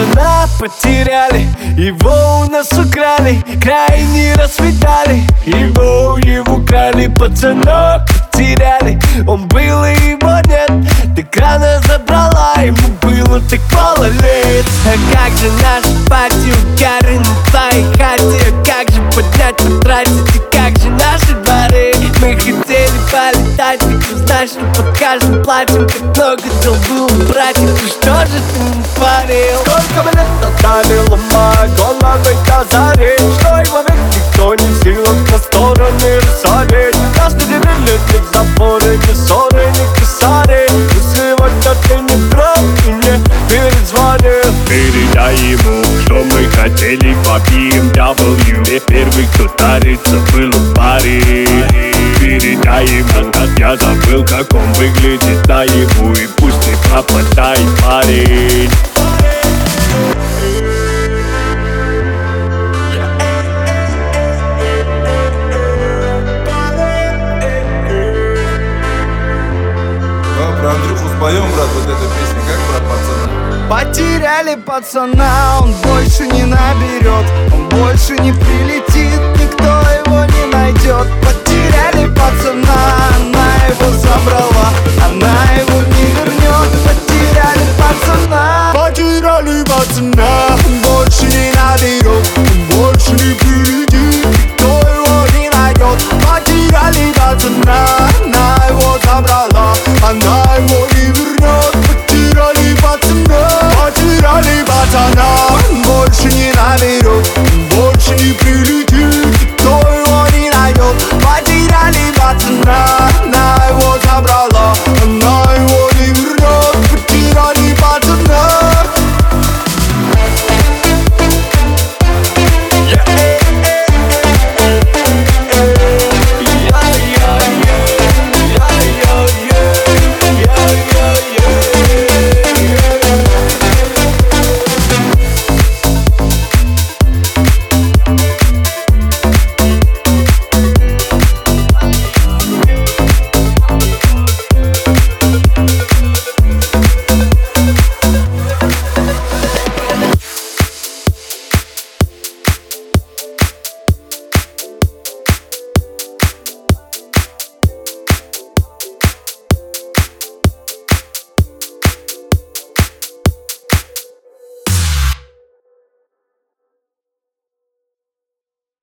пацана потеряли, его у нас украли, край не расцветали, его украли, пацанок потеряли. Он был и его нет, так рано забрала, ему было так мало лет. А как же наш пати, угары на твоей хате, как же поднять, потратить, и как же наши дворы. Мы хотели полетать, и ты знаешь, что под каждым платьем так много дел было, братьев. Ну что же ты натворил? Сколько мы лет отдали, ломая головы до зари, что и в момент никто не в силах на стороны рассадить. Нас не делили ни заборы, ни ссоры, ни косари. Но сегодня ты не прав и не перезвонил. Передай ему, что мы хотели по BMW. Первый, кто тарится, был в паре. Передай ему, я забыл, как он выглядит наяву, и пусть не пропадает парень. Про Андрюху споем, брат, вот эту песню, как про пацана? Потеряли пацана, он больше не наберет, он больше не прилетит, никто его не найдет. Потеряли пацана, она его забрала, она его не вернет. Потеряли пацана, он больше не наберет, он больше не прилетит, никто его не найдет. Потеряли пацана, она его забрала, она его не вернет. Потеряли пацана, он больше не наберет, он больше не прилетит, никто его не найдет. Потеряли пацана.